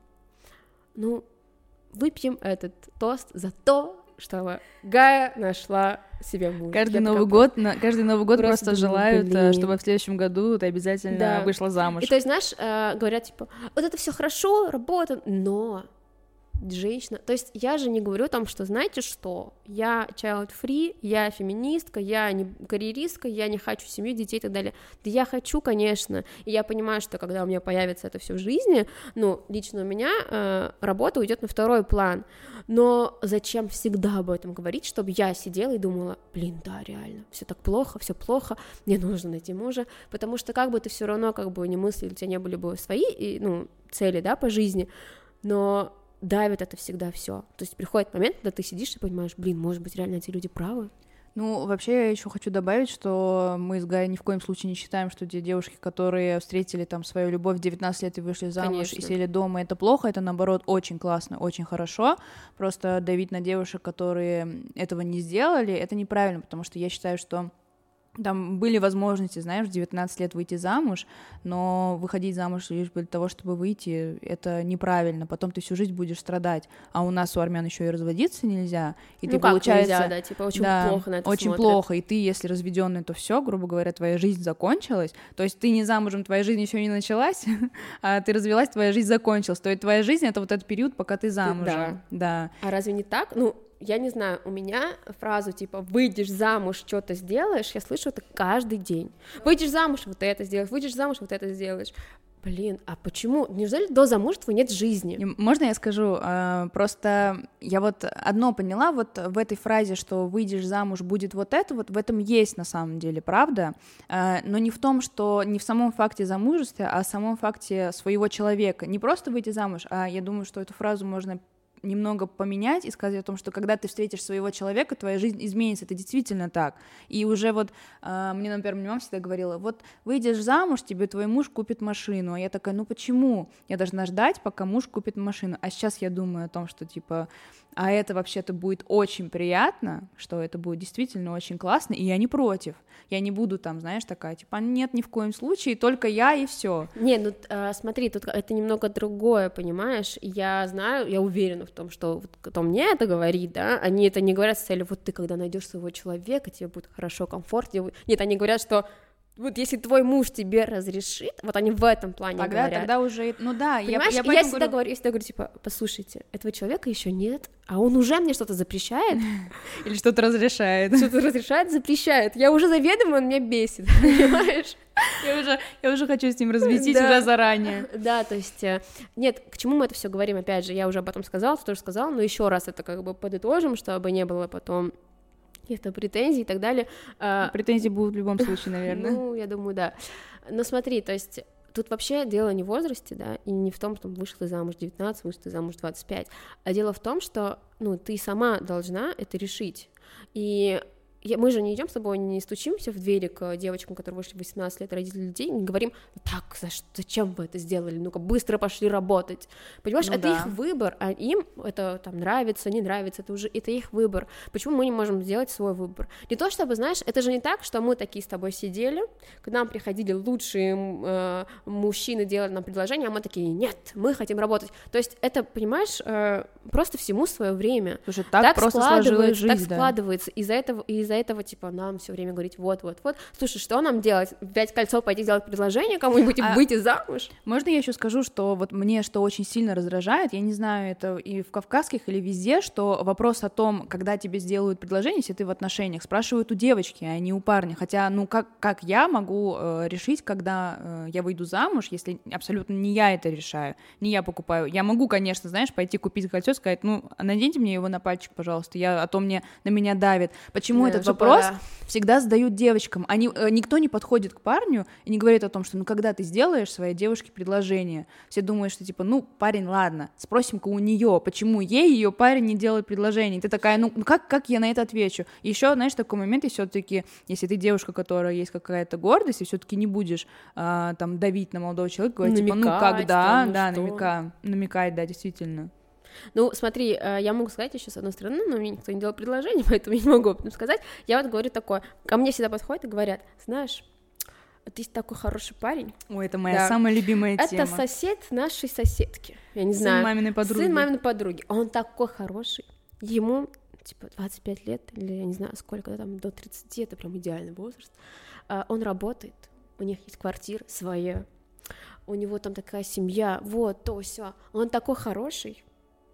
ну, выпьем этот тост за то, что Гая нашла себе мужа. Каждый Новый год, на, каждый Новый год просто, просто желают, блин. чтобы в следующем году ты обязательно да. вышла замуж. И то есть, знаешь, говорят, типа, вот это все хорошо, работа, но женщина, то есть я же не говорю там, что знаете что, я child-free, я феминистка, я не карьеристка, я не хочу семью, детей и так далее. Да я хочу, конечно, и я понимаю, что когда у меня появится это все в жизни, ну, лично у меня э, работа уйдет на второй план, но зачем всегда об этом говорить, чтобы я сидела и думала, блин, да, реально, все так плохо, все плохо, мне нужно найти мужа, потому что как бы ты все равно как бы не мыслил, у тебя не были бы свои, и, ну, цели, да, по жизни, но давит это всегда все. То есть приходит момент, когда ты сидишь и понимаешь, блин, может быть, реально эти люди правы. Ну, вообще, я еще хочу добавить, что мы с Гаей ни в коем случае не считаем, что те девушки, которые встретили там свою любовь в девятнадцать лет и вышли замуж, Конечно. и сели дома, это плохо, это, наоборот, очень классно, очень хорошо. Просто давить на девушек, которые этого не сделали, это неправильно, потому что я считаю, что там были возможности, знаешь, в девятнадцать лет выйти замуж, но выходить замуж лишь для того, чтобы выйти, это неправильно, потом ты всю жизнь будешь страдать, а у нас у армян еще и разводиться нельзя, и ну ты, как получается... нельзя, да, типа очень да, плохо на это очень смотрят. плохо, и ты, если разведённый, то все, грубо говоря, твоя жизнь закончилась, то есть ты не замужем, твоя жизнь еще не началась, а ты развелась, твоя жизнь закончилась, то есть твоя жизнь — это вот этот период, пока ты замужем. Да. да. А разве не так? Ну, я не знаю, у меня фразу типа «выйдешь замуж, что-то сделаешь», я слышу это каждый день. «Выйдешь замуж, вот это сделаешь, выйдешь замуж, вот это сделаешь». Блин, а почему? Неужели до замужества нет жизни? Можно я скажу? Просто я вот одно поняла вот в этой фразе, что «выйдешь замуж, будет вот это», вот в этом есть на самом деле правда, но не в том, что не в самом факте замужества, а в самом факте своего человека. Не просто выйти замуж, а я думаю, что эту фразу можно немного поменять и сказать о том, что когда ты встретишь своего человека, твоя жизнь изменится, это действительно так. И уже вот э, мне, например, моя мама всегда говорила, вот выйдешь замуж, тебе твой муж купит машину, а я такая, ну почему? Я должна ждать, пока муж купит машину, а сейчас я думаю о том, что типа, а это вообще-то будет очень приятно, что это будет действительно очень классно, и я не против, я не буду там, знаешь, такая, типа, нет, ни в коем случае, только я и все. Не, ну э, смотри, тут это немного другое, понимаешь, я знаю, я уверена в том, что вот, кто мне это говорит, да, они это не говорят с целью, вот ты когда найдешь своего человека, тебе будет хорошо, комфортно, нет, они говорят, что вот если твой муж тебе разрешит, вот они в этом плане тогда, говорят. Тогда уже, ну да, понимаешь, я, я, я всегда говорю, я всегда говорю, типа, послушайте, этого человека еще нет, а он уже мне что-то запрещает. Или что-то разрешает. Что-то разрешает, запрещает. Я уже заведомо, он меня бесит, понимаешь? Я уже, я уже хочу с ним развестись да. уже заранее. Да, то есть, нет, к чему мы это все говорим, опять же, я уже об этом сказала, ты тоже сказала, но еще раз это как бы подытожим, чтобы не было потом каких-то претензий и так далее. Претензии будут в любом случае, наверное. Ну, я думаю, да. Но смотри, то есть тут вообще дело не в возрасте, да, и не в том, что вышла ты замуж девятнадцать, вышла ты замуж двадцать пять, а дело в том, что, ну, ты сама должна это решить. И я, мы же не идем с тобой, не стучимся в двери к девочкам, которые вышли в восемнадцать лет, родители детей, не говорим, так, за что, зачем вы это сделали, ну-ка, быстро пошли работать, понимаешь, ну, это да. их выбор, а им это там нравится, не нравится, это уже, это их выбор, почему мы не можем сделать свой выбор, не то чтобы, знаешь, это же не так, что мы такие с тобой сидели, к нам приходили лучшие э, мужчины, делали нам предложения, а мы такие, нет, мы хотим работать, то есть это, понимаешь, э, просто всему свое время, слушай, так, так просто сложилась жизнь, так да. складывается, из-за этого, из-за этого, типа, нам все время говорить, вот-вот-вот, слушай, что нам делать? Взять кольцо, пойти сделать предложение кому-нибудь и а выйти замуж? Можно я еще скажу, что вот мне что очень сильно раздражает, я не знаю, это и в кавказских, или везде, что вопрос о том, когда тебе сделают предложение, если ты в отношениях, спрашивают у девочки, а не у парня, хотя, ну, как, как я могу э, решить, когда э, я выйду замуж, если абсолютно не я это решаю, не я покупаю, я могу, конечно, знаешь, пойти купить кольцо, сказать, ну, наденьте мне его на пальчик, пожалуйста, я, а то мне, на меня давит, почему yeah. это этот жопа, вопрос да. всегда задают девочкам. Они, никто не подходит к парню и не говорит о том, что ну когда ты сделаешь своей девушке предложение, все думают, что типа, ну, парень, ладно, спросим-ка у нее, почему ей ее парень не делает предложение. И ты такая, ну, как, как я на это отвечу? Еще, знаешь, такой момент, и все-таки, если ты девушка, которая есть какая-то гордость, и все-таки не будешь а, там давить на молодого человека, говорить, типа, ну, когда, там, ну, да, что? намека, намекать, да, действительно. Ну, смотри, я могу сказать еще с одной стороны, но мне никто не делал предложение, поэтому я не могу об этом сказать. Я вот говорю такое, ко мне всегда подходят и говорят, знаешь, ты такой хороший парень. Ой, это моя да. самая любимая это тема. Это сосед нашей соседки, я не сын знаю. Маминой подруги. Сын маминой подруги. Он такой хороший. Ему, типа, двадцать пять лет, или я не знаю сколько, там, до тридцати, это прям идеальный возраст. Он работает, у них есть квартира своя, у него там такая семья, вот, то, все. Он такой хороший.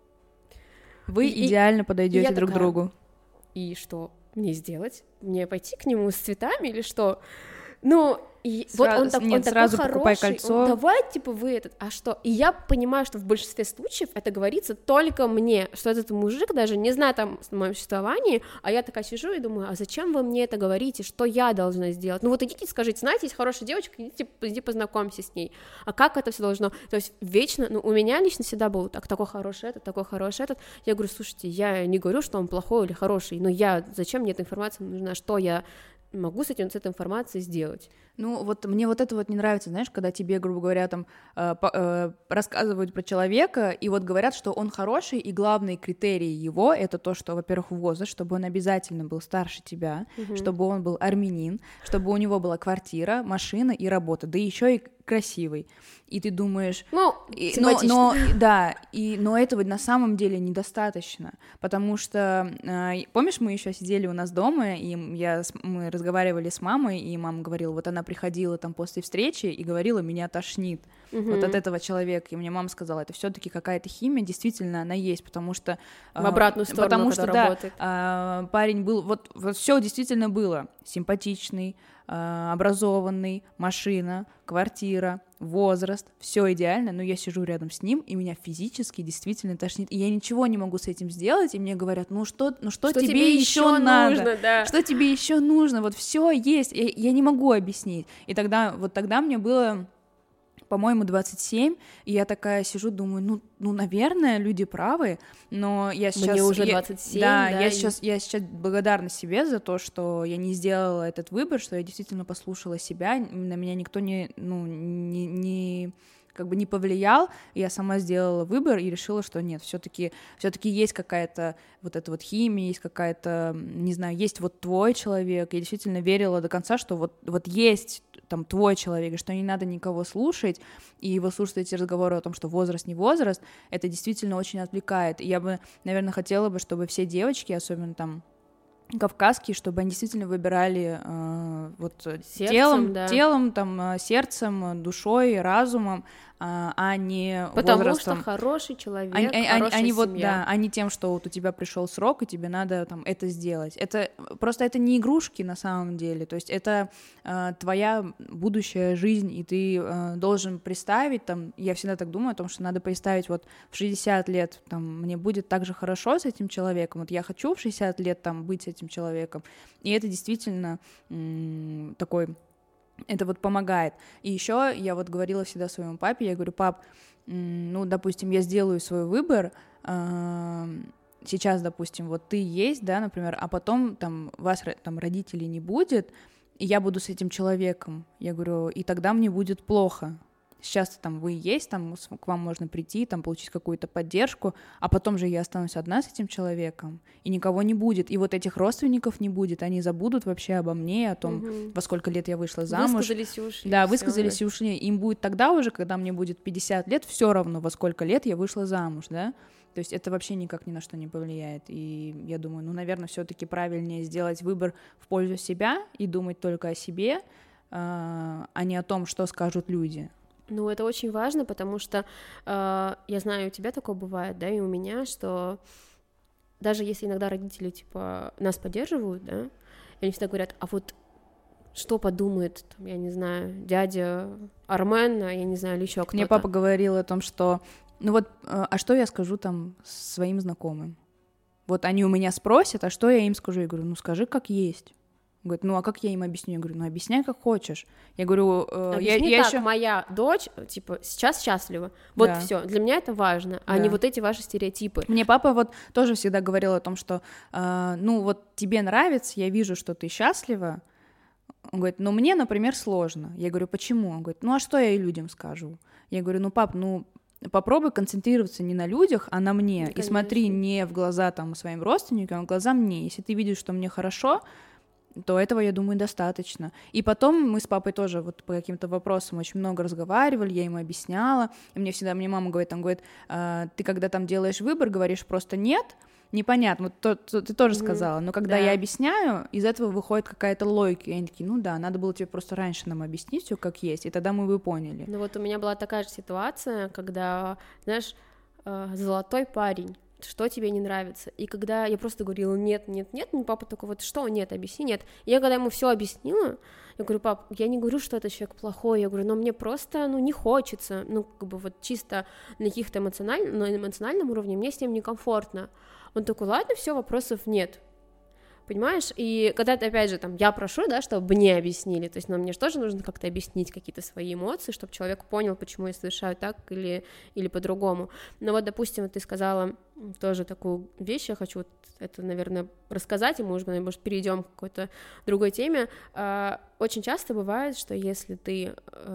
Вы и, идеально подойдете друг такая, другу. И что мне сделать? Мне пойти к нему с цветами или что? Ну, и Сра... вот он, так, Нет, он сразу такой покупай хороший, кольцо. Он, давай, типа, вы этот, а что? И я понимаю, что в большинстве случаев это говорится только мне, что этот мужик даже не знает там о моем существовании, а я такая сижу и думаю, а зачем вы мне это говорите, что я должна сделать? Ну вот идите, скажите, знаете, есть хорошая девочка, идите, иди познакомься с ней. А как это все должно? То есть вечно, ну у меня лично всегда был так, такой хороший этот, такой хороший этот. Я говорю, слушайте, я не говорю, что он плохой или хороший, но я, зачем мне эта информация нужна, что я могу с, этим, с этой информацией сделать? Ну, вот мне вот это вот не нравится, знаешь, когда тебе, грубо говоря, там э, по, э, рассказывают про человека, и вот говорят, что он хороший, и главный критерий его — это то, что, во-первых, возраст, чтобы он обязательно был старше тебя, угу. чтобы он был армянин, чтобы у него была квартира, машина и работа, да еще и красивый. И ты думаешь... Ну, и, но, но, да, и, но этого на самом деле недостаточно, потому что, э, помнишь, мы еще сидели у нас дома, и я, мы разговаривали с мамой, и мама говорила, вот она приходила там после встречи и говорила, меня тошнит угу. вот от этого человека, и мне мама сказала, это все-таки какая-то химия, действительно она есть, потому что... В обратную сторону, потому что, да, работает. Парень был, вот, вот все действительно было, симпатичный, образованный, машина, квартира, возраст, все идеально, но я сижу рядом с ним, и меня физически действительно тошнит, и я ничего не могу с этим сделать, и мне говорят, ну что, ну что, что тебе, тебе еще надо, нужно, да. что тебе еще нужно, вот все есть, я, я не могу объяснить, и тогда, вот тогда мне было... по-моему, двадцать семь, и я такая сижу, думаю, ну, ну, наверное, люди правы, но я сейчас... Мне уже двадцать семь, я, да, да, я, и... сейчас, я сейчас благодарна себе за то, что я не сделала этот выбор, что я действительно послушала себя, на меня никто не, ну, не, не как бы не повлиял, я сама сделала выбор и решила, что нет, все-таки все-таки есть какая-то вот эта вот химия, есть какая-то, не знаю, есть вот твой человек, я действительно верила до конца, что вот, вот есть там твой человек, и что не надо никого слушать, и вы слушаете эти разговоры о том, что возраст не возраст, это действительно очень отвлекает, и я бы, наверное, хотела бы, чтобы все девочки, особенно там кавказские, чтобы они действительно выбирали э, вот сердцем, телом, да. телом, там, сердцем, душой, разумом, а, а не Потому возрастом. Потому что хороший человек, они, хорошая они, они семья. Вот, да, а не тем, что вот у тебя пришел срок, и тебе надо там это сделать. Это просто это не игрушки на самом деле, то есть это э, твоя будущая жизнь, и ты э, должен представить, там, я всегда так думаю о том, что надо представить, вот в шестьдесят лет там, мне будет так же хорошо с этим человеком, вот я хочу в шестьдесят лет там быть с этим человеком, и это действительно м- такой... Это вот помогает. И еще я вот говорила всегда своему папе, я говорю, пап, ну, допустим, я сделаю свой выбор, сейчас, допустим, вот ты есть, да, например, а потом там вас, там, родителей не будет, и я буду с этим человеком, я говорю, и тогда мне будет плохо. Сейчас там вы есть, там к вам можно прийти, там получить какую-то поддержку, а потом же я останусь одна с этим человеком, и никого не будет, и вот этих родственников не будет, они забудут вообще обо мне, о том, угу. во сколько лет я вышла замуж. Высказались и ушли. Да, высказались и ушли. Им будет тогда уже, когда мне будет пятьдесят лет, все равно, во сколько лет я вышла замуж, да? То есть это вообще никак ни на что не повлияет. И я думаю, ну, наверное, все-таки правильнее сделать выбор в пользу себя и думать только о себе, а не о том, что скажут люди. Ну, это очень важно, потому что э, я знаю, у тебя такое бывает, да, и у меня, что даже если иногда родители, типа, нас поддерживают, да, и они всегда говорят, а вот что подумает, там, я не знаю, дядя Армен, я не знаю, или еще кто-то. Мне папа говорил о том, что, ну вот, а что я скажу там своим знакомым? Вот они у меня спросят, а что я им скажу? Я говорю, ну скажи, как есть. Он говорит, ну а как я им объясню? Я говорю, ну объясняй, как хочешь. Я говорю, э, объясни я, я так, еще... моя дочь, типа, сейчас счастлива. Вот Да. все. Для меня это важно, а Да. не вот эти ваши стереотипы. Мне папа вот тоже всегда говорил о том, что, э, ну вот тебе нравится, я вижу, что ты счастлива. Он говорит, ну мне, например, сложно. Я говорю, почему? Он говорит, ну а что я и людям скажу? Я говорю, ну пап, ну попробуй концентрироваться не на людях, а на мне. Ну, и смотри не в глаза там своим родственникам, а в глаза мне. Если ты видишь, что мне хорошо, то этого, я думаю, достаточно. И потом мы с папой тоже вот по каким-то вопросам очень много разговаривали, я ему объясняла, и мне всегда, мне мама говорит, там, говорит, а, ты когда там делаешь выбор, говоришь просто «нет», непонятно, вот то, то, ты тоже mm-hmm. сказала, но когда да. я объясняю, из этого выходит какая-то логика, и они такие, ну да, надо было тебе просто раньше нам объяснить все как есть, и тогда мы бы поняли. Ну вот у меня была такая же ситуация, когда, знаешь, золотой парень, что тебе не нравится, и когда я просто говорила нет, нет, нет, мне папа такой, вот что нет, объясни, нет, и я когда ему все объяснила, я говорю, пап, я не говорю, что этот человек плохой, я говорю, но мне просто, ну, не хочется, ну, как бы вот чисто на каких-то эмоциональном, на эмоциональном уровне мне с ним некомфортно. Он такой, ладно, все, вопросов нет. Понимаешь, и когда ты, опять же, там, я прошу, да, чтобы мне объяснили, то есть, ну, мне же тоже нужно как-то объяснить какие-то свои эмоции, чтобы человек понял, почему я совершаю так или, или по-другому, но вот, допустим, вот ты сказала тоже такую вещь, я хочу вот это, наверное, рассказать, и мы уже, может, перейдем к какой-то другой теме. Очень часто бывает, что если ты...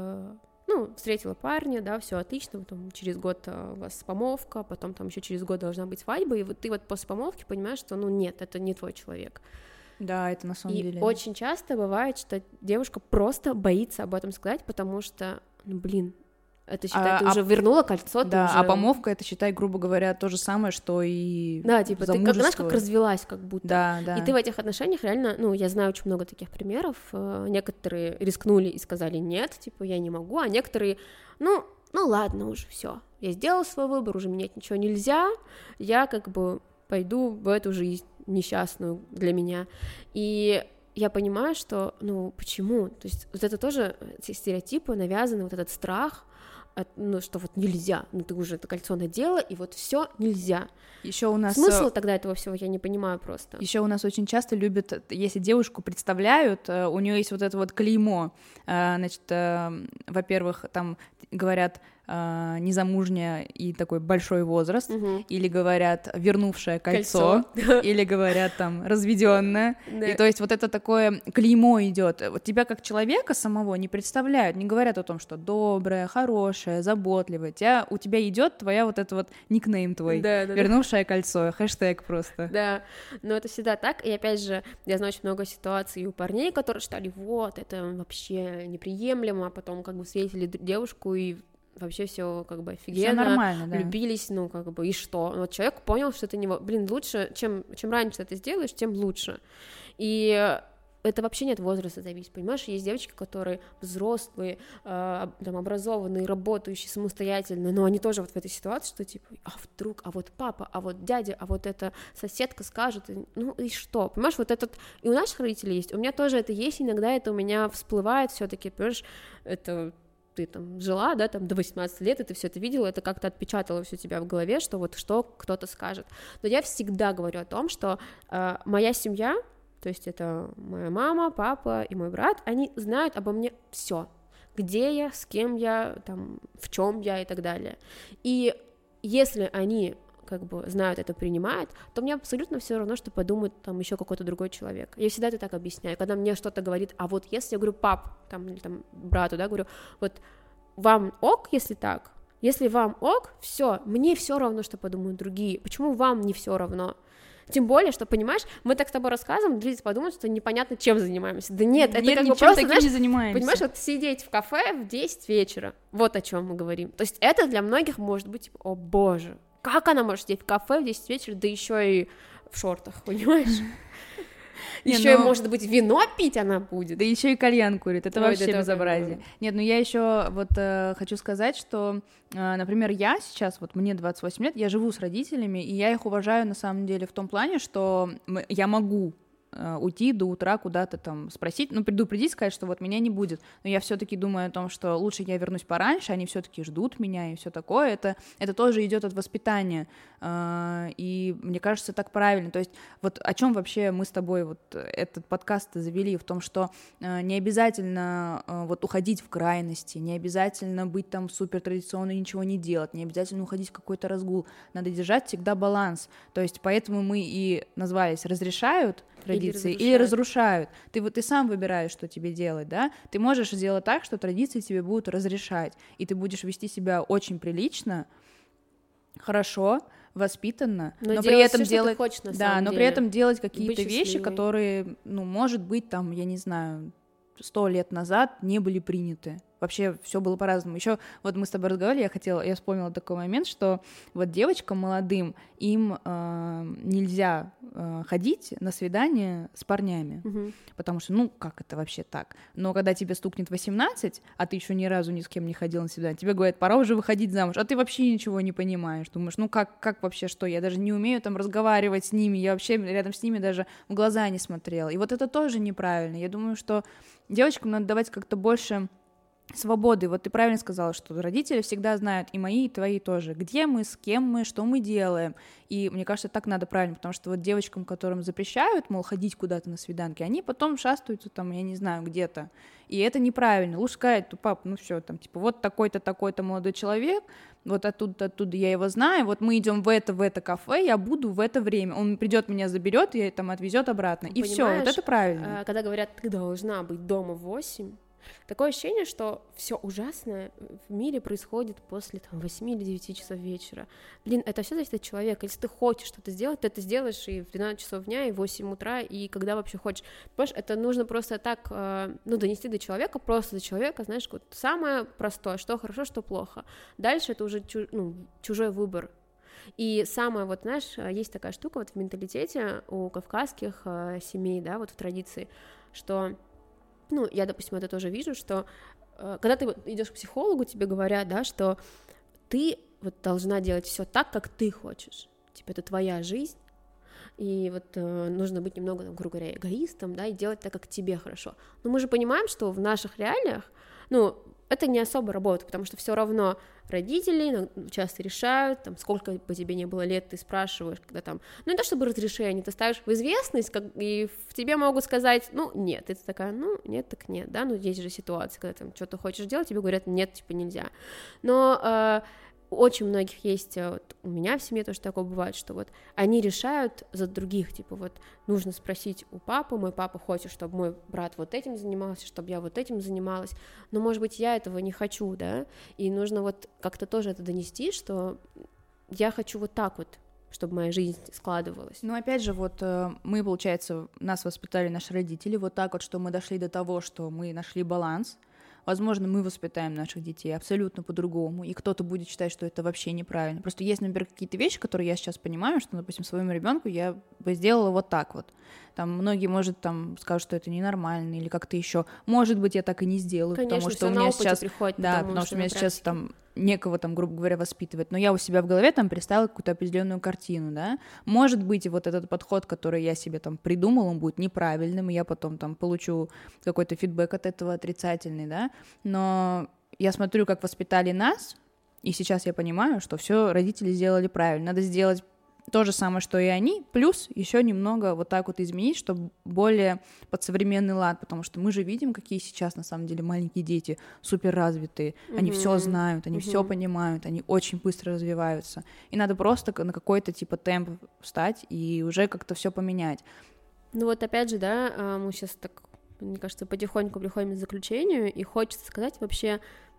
ну, встретила парня, да, все отлично, потом через год у вас помолвка, потом там еще через год должна быть свадьба, и вот ты вот после помолвки понимаешь, что, ну, нет, это не твой человек. Да, это на самом и деле. И очень часто бывает, что девушка просто боится об этом сказать, потому что, ну, блин, это, считай, а, ты а, уже вернула кольцо, да, ты уже... а помолвка, это, считай, грубо говоря, то же самое, что и да, типа, замужество. Ты, как, знаешь, как развелась, как будто. Да, да. И ты в этих отношениях реально, ну, я знаю очень много таких примеров, некоторые рискнули и сказали нет, типа, я не могу, а некоторые, ну, ну ладно уже, все, я сделала свой выбор, уже менять ничего нельзя, я как бы пойду в эту жизнь несчастную для меня. И я понимаю, что, ну, почему? То есть вот это тоже эти стереотипы навязаны, вот этот страх, ну, что вот нельзя, ну, ты уже это кольцо надела, и вот все нельзя. Еще у нас... Смысл тогда этого всего я не понимаю просто. Еще у нас очень часто любят, если девушку представляют, у нее есть вот это вот клеймо, значит, во-первых, там говорят незамужняя и такой большой возраст, угу. или говорят вернувшее кольцо, кольцо. Или говорят там разведенная, да. И то есть вот это такое клеймо идет. Вот тебя как человека самого не представляют, не говорят о том, что добрая, хорошая, заботливая. Тебя, у тебя идет твоя вот это вот никнейм твой, да, да, вернувшее да. кольцо, хэштег просто. Да, но это всегда так, и опять же, я знаю очень много ситуаций у парней, которые считали, вот, это вообще неприемлемо, а потом как бы встретили девушку и вообще все как бы офигенно, нормально, да. Любились, ну как бы, и что? Вот человек понял, что это не... Блин, лучше, чем, чем раньше ты это сделаешь, тем лучше. И это вообще нет возраста зависит, понимаешь? Есть девочки, которые взрослые, э, там, образованные, работающие самостоятельно, но они тоже вот в этой ситуации, что типа, а вдруг, а вот папа, а вот дядя, а вот эта соседка скажет, и, ну и что? Понимаешь, вот этот... И у наших родителей есть, у меня тоже это есть, иногда это у меня всплывает все-таки, понимаешь, это... ты там жила, да, там до восемнадцати лет, и ты все это видела, это как-то отпечатало все тебя в голове, что вот что кто-то скажет. Но я всегда говорю о том, что э, моя семья, то есть это моя мама, папа и мой брат, они знают обо мне все, где я, с кем я, там, в чем я и так далее. И если они как бы знают это, принимают, то мне абсолютно все равно, что подумает там еще какой-то другой человек. Я всегда это так объясняю, когда мне что-то говорит, а вот если я говорю пап, там, или там брату, да, говорю, вот вам ок, если так, если вам ок, все, мне все равно, что подумают другие, почему вам не все равно? Тем более, что, понимаешь, мы так с тобой рассказываем, люди подумают, что непонятно, чем занимаемся. Да нет, это нет, как бы просто, знаешь, не занимаемся. Понимаешь, вот сидеть в кафе в десять вечера, вот о чем мы говорим. То есть это для многих может быть, типа, о боже, как она может сидеть в кафе в десять вечера, да еще и в шортах, понимаешь? Еще и, может быть, вино пить она будет. Да еще и кальян курит, это вообще безобразие. Нет, ну я еще вот хочу сказать, что, например, я сейчас, вот мне двадцать восемь лет, я живу с родителями, и я их уважаю на самом деле в том плане, что я могу э, уйти до утра куда-то там спросить, ну, предупредить, сказать, что вот меня не будет, но я все-таки думаю о том, что лучше я вернусь пораньше, они все-таки ждут меня и все такое, это, это тоже идет от воспитания, э, и мне кажется, так правильно, то есть вот о чем вообще мы с тобой вот этот подкаст завели, в том, что э, не обязательно э, вот уходить в крайности, не обязательно быть там супер традиционно и ничего не делать, не обязательно уходить в какой-то разгул, надо держать всегда баланс, то есть поэтому мы и назвались «разрешают традиции» или разрушают. или разрушают. Ты вот ты сам выбираешь, что тебе делать, да? Ты можешь сделать так, что традиции тебе будут разрешать, и ты будешь вести себя очень прилично, хорошо, воспитанно, но, но при этом все, делать, хочешь, на да, самом но деле. при этом делать какие-то вещи, которые, ну, может быть, там, я не знаю, сто лет назад не были приняты. Вообще все было по-разному. Еще вот мы с тобой разговаривали, я хотела, я вспомнила такой момент, что вот девочкам молодым им э, нельзя э, ходить на свидание с парнями, угу. потому что, ну, как это вообще так? Но когда тебе стукнет восемнадцать, а ты еще ни разу ни с кем не ходил на свидание, тебе говорят, пора уже выходить замуж, а ты вообще ничего не понимаешь, думаешь, ну как, как вообще что? Я даже не умею там разговаривать с ними, я вообще рядом с ними даже в глаза не смотрела. И вот это тоже неправильно. Я думаю, что девочкам надо давать как-то больше свободы. Вот ты правильно сказала, что родители всегда знают, и мои, и твои тоже, где мы, с кем мы, что мы делаем. И мне кажется, так надо правильно, потому что вот девочкам, которым запрещают, мол, ходить куда-то на свиданки, они потом шастаются там, я не знаю, где-то. И это неправильно. Лучше сказать, пап, ну все, там, типа, вот такой-то, такой-то молодой человек, вот оттуда, оттуда я его знаю, вот мы идем в это, в это кафе, я буду в это время, он придет, меня заберет и там отвезет обратно. И все, вот это правильно. Когда говорят, ты должна быть дома в восемь, такое ощущение, что все ужасное в мире происходит после там, восьми или девяти часов вечера. Блин, это все зависит от человека. Если ты хочешь что-то сделать, ты это сделаешь и в двенадцать часов дня, и в восемь утра, и когда вообще хочешь. Понимаешь, это нужно просто так, ну, донести до человека, просто до человека, знаешь, вот самое простое, что хорошо, что плохо. Дальше это уже чу- ну, чужой выбор. И самое, вот, знаешь, есть такая штука вот в менталитете у кавказских э, семей, да, вот в традиции, что ну, я, допустим, это тоже вижу, что э, когда ты вот идешь к психологу, тебе говорят, да, что ты вот должна делать все так, как ты хочешь, типа это твоя жизнь, и вот э, нужно быть немного, там, грубо говоря, эгоистом, да, и делать так, как тебе хорошо. Но мы же понимаем, что в наших реалиях, ну, это не особо работает, потому что все равно родители часто решают, там, сколько бы тебе не было лет, ты спрашиваешь, когда там, ну, не то чтобы разрешение, ты ставишь в известность, как, и в тебе могут сказать, ну, нет, и ты такая, ну, нет, так нет, да, ну, есть же ситуация, когда там что-то хочешь делать, тебе говорят, нет, типа, нельзя, но э, очень многих есть, вот, у меня в семье тоже такое бывает, что вот они решают за других, типа вот нужно спросить у папы, мой папа хочет, чтобы мой брат вот этим занимался, чтобы я вот этим занималась, но, может быть, я этого не хочу, да, и нужно вот как-то тоже это донести, что я хочу вот так вот, чтобы моя жизнь складывалась. Ну, опять же, вот мы, получается, нас воспитали наши родители вот так вот, что мы дошли до того, что мы нашли баланс. Возможно, мы воспитаем наших детей абсолютно по-другому, и кто-то будет считать, что это вообще неправильно. Просто есть, например, какие-то вещи, которые я сейчас понимаю, что, допустим, своему ребенку я бы сделала вот так вот. Там многие, может, там скажут, что это ненормально, или как-то еще. Может быть, я так и не сделаю, конечно, потому что у меня сейчас, приходит, да, потому, потому что у меня сейчас там некого там, грубо говоря, воспитывать, но я у себя в голове там представила какую-то определенную картину, да, может быть, вот этот подход, который я себе там придумала, он будет неправильным, и я потом там получу какой-то фидбэк от этого отрицательный, да, но я смотрю, как воспитали нас, и сейчас я понимаю, что все родители сделали правильно, надо сделать то же самое, что и они, плюс еще немного вот так вот изменить, чтобы более под современный лад, потому что мы же видим, какие сейчас на самом деле маленькие дети суперразвитые, mm-hmm. они все знают, они mm-hmm. все понимают, они очень быстро развиваются, и надо просто на какой-то типа темп встать и уже как-то все поменять. Ну вот опять же, да, мы сейчас так, мне кажется, потихоньку приходим к заключению, и хочется сказать вообще,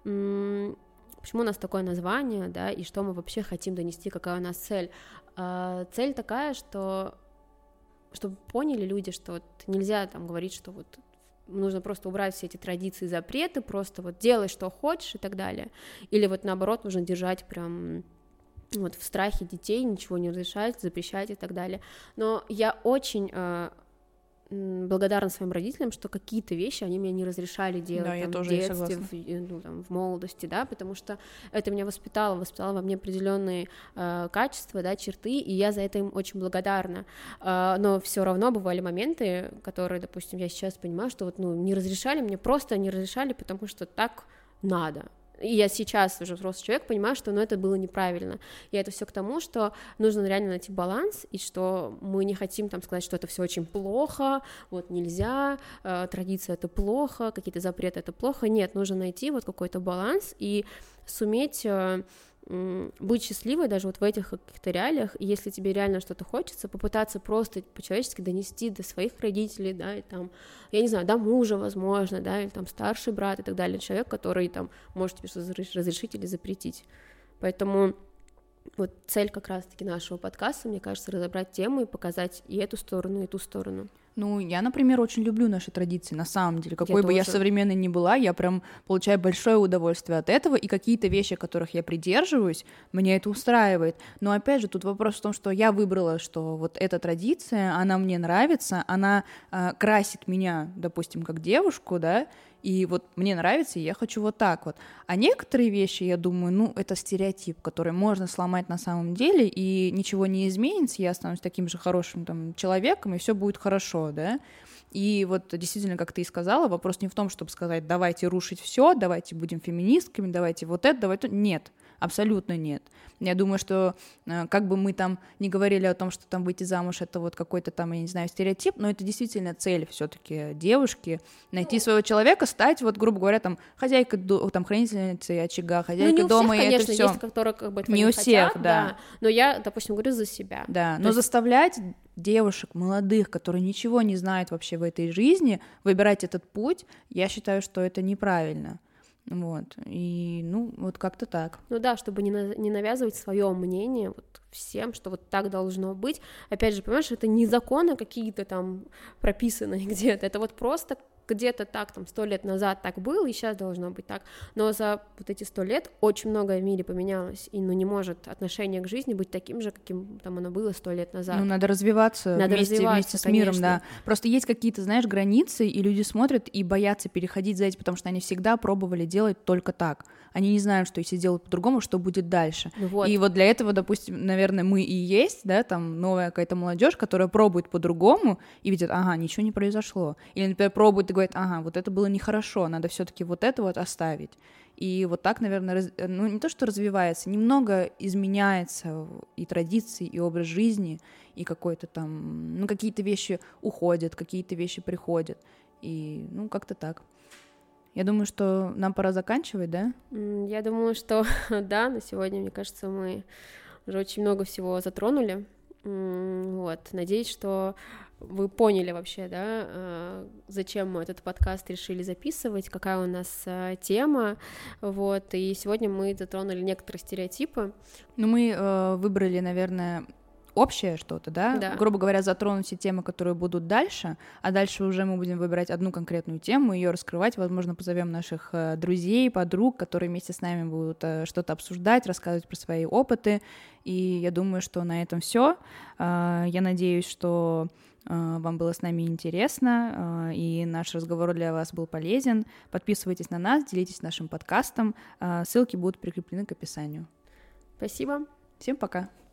м- почему у нас такое название, да, и что мы вообще хотим донести, какая у нас цель. А, цель такая, что чтобы поняли люди, что вот нельзя там говорить, что вот нужно просто убрать все эти традиции, запреты, просто вот делай, что хочешь и так далее. Или вот наоборот, нужно держать прям вот в страхе детей, ничего не разрешать, запрещать и так далее. Но я очень... благодарна своим родителям, что какие-то вещи они мне не разрешали делать, да, там, я тоже в детстве, в, ну, там, в молодости, да, потому что это меня воспитало, воспитало во мне определенные э, качества, да, черты, и я за это им очень благодарна, э, но все равно бывали моменты, которые, допустим, я сейчас понимаю, что вот, ну, не разрешали мне, просто не разрешали, потому что так надо. И я сейчас уже взрослый человек понимаю, что ну, это было неправильно. И это все к тому, что нужно реально найти баланс, и что мы не хотим там сказать, что это все очень плохо, вот нельзя, э, традиция это плохо, какие-то запреты это плохо. Нет, нужно найти вот какой-то баланс и суметь э, быть счастливой даже вот в этих каких-то реалиях, и если тебе реально что-то хочется, попытаться просто по-человечески донести до своих родителей, да, и там, я не знаю, до мужа, возможно, да, или там старший брат и так далее, человек, который там может тебе что-то разрешить или запретить. Поэтому вот цель как раз-таки нашего подкаста, мне кажется, разобрать тему и показать и эту сторону, и ту сторону. Ну, я, например, очень люблю наши традиции, на самом деле. Какой я бы тоже. я современной ни была, я прям получаю большое удовольствие от этого, и какие-то вещи, которых я придерживаюсь, меня это устраивает. Но, опять же, тут вопрос в том, что я выбрала, что вот эта традиция, она мне нравится, она э, красит меня, допустим, как девушку, да, и вот мне нравится, и я хочу вот так вот. А некоторые вещи, я думаю, ну, это стереотип, который можно сломать на самом деле, и ничего не изменится, я останусь таким же хорошим там человеком, и все будет хорошо, да. И вот действительно, как ты и сказала, вопрос не в том, чтобы сказать, давайте рушить все, давайте будем феминистками, давайте вот это, давайте... Нет, абсолютно нет. Я думаю, что как бы мы там не говорили о том, что там выйти замуж это вот какой-то там, я не знаю, стереотип, но это действительно цель все-таки девушки, найти своего человека, стать вот, грубо говоря, там хозяйкой, там хранительницей очага, хозяйкой ну, дома, всех, и конечно, это все. есть, которые как бы этого не не у всех, хотят, да. да. Но я, допустим, говорю за себя. Да, То но есть... заставлять девушек молодых, которые ничего не знают вообще в этой жизни, выбирать этот путь, я считаю, что это неправильно. Вот, и, ну, вот как-то так. Ну да, чтобы не, на, не навязывать свое мнение вот всем, что вот так должно быть. Опять же, понимаешь, это не законы какие-то там прописанные где-то, это вот просто где-то так, там, сто лет назад так было, и сейчас должно быть так, но за вот эти сто лет очень многое в мире поменялось, и, ну, не может отношение к жизни быть таким же, каким там оно было сто лет назад. Ну, надо развиваться, надо вместе, развиваться вместе с миром, конечно. Да. Просто есть какие-то, знаешь, границы, и люди смотрят и боятся переходить за эти, потому что они всегда пробовали делать только так. Они не знают, что если делать по-другому, что будет дальше. Ну, вот. И вот для этого, допустим, наверное, мы и есть, да, там новая какая-то молодежь, которая пробует по-другому и видит, ага, ничего не произошло. Или, например, пробует и говорит, ага, вот это было нехорошо, надо все-таки вот это вот оставить. И вот так, наверное, раз... ну не то, что развивается, немного изменяется и традиции, и образ жизни, и какой-то там, ну какие-то вещи уходят, какие-то вещи приходят. И, ну, как-то так. Я думаю, что нам пора заканчивать, да? Я думаю, что да, на сегодня, мне кажется, мы уже очень много всего затронули. Вот, надеюсь, что вы поняли вообще, да, зачем мы этот подкаст решили записывать, какая у нас тема, вот, и сегодня мы затронули некоторые стереотипы. Ну, мы э, выбрали, наверное, общее что-то, да? да, грубо говоря, затронуть все темы, которые будут дальше, а дальше уже мы будем выбирать одну конкретную тему, ее раскрывать, возможно, позовем наших э, друзей, подруг, которые вместе с нами будут э, что-то обсуждать, рассказывать про свои опыты, и я думаю, что на этом все. Э, я надеюсь, что э, вам было с нами интересно, э, и наш разговор для вас был полезен. Подписывайтесь на нас, делитесь нашим подкастом, э, ссылки будут прикреплены к описанию. Спасибо. Всем пока.